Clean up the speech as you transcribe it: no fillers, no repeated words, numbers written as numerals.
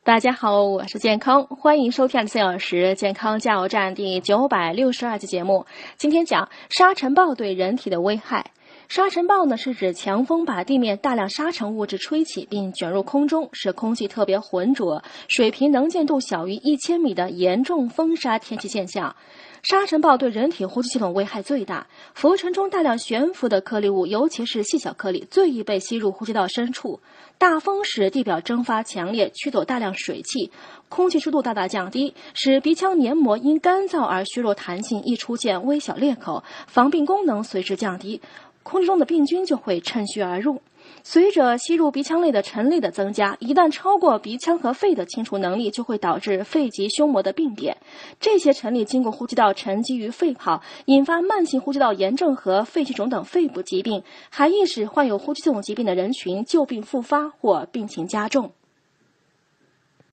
大家好，我是健康，欢迎收听24小时健康加油站第962期节目。今天讲沙尘暴对人体的危害。沙尘暴呢，是指强风把地面大量沙尘物质吹起并卷入空中，使空气特别浑浊，水平能见度小于1000米的严重风沙天气现象。沙尘暴对人体呼吸系统危害最大，浮尘中大量悬浮的颗粒物，尤其是细小颗粒，最易被吸入呼吸道深处。大风使地表蒸发强烈，驱走大量水汽，空气湿度大大降低，使鼻腔黏膜因干燥而削弱弹性，易出现微小裂口，防病功能随之降低，空气中的病菌就会趁虚而入。随着吸入鼻腔内的尘粒的增加，一旦超过鼻腔和肺的清除能力，就会导致肺及胸膜的病变。这些尘粒经过呼吸道沉积于肺泡，引发慢性呼吸道炎症和肺气肿等肺部疾病，还易使患有呼吸系统疾病的人群旧病复发或病情加重。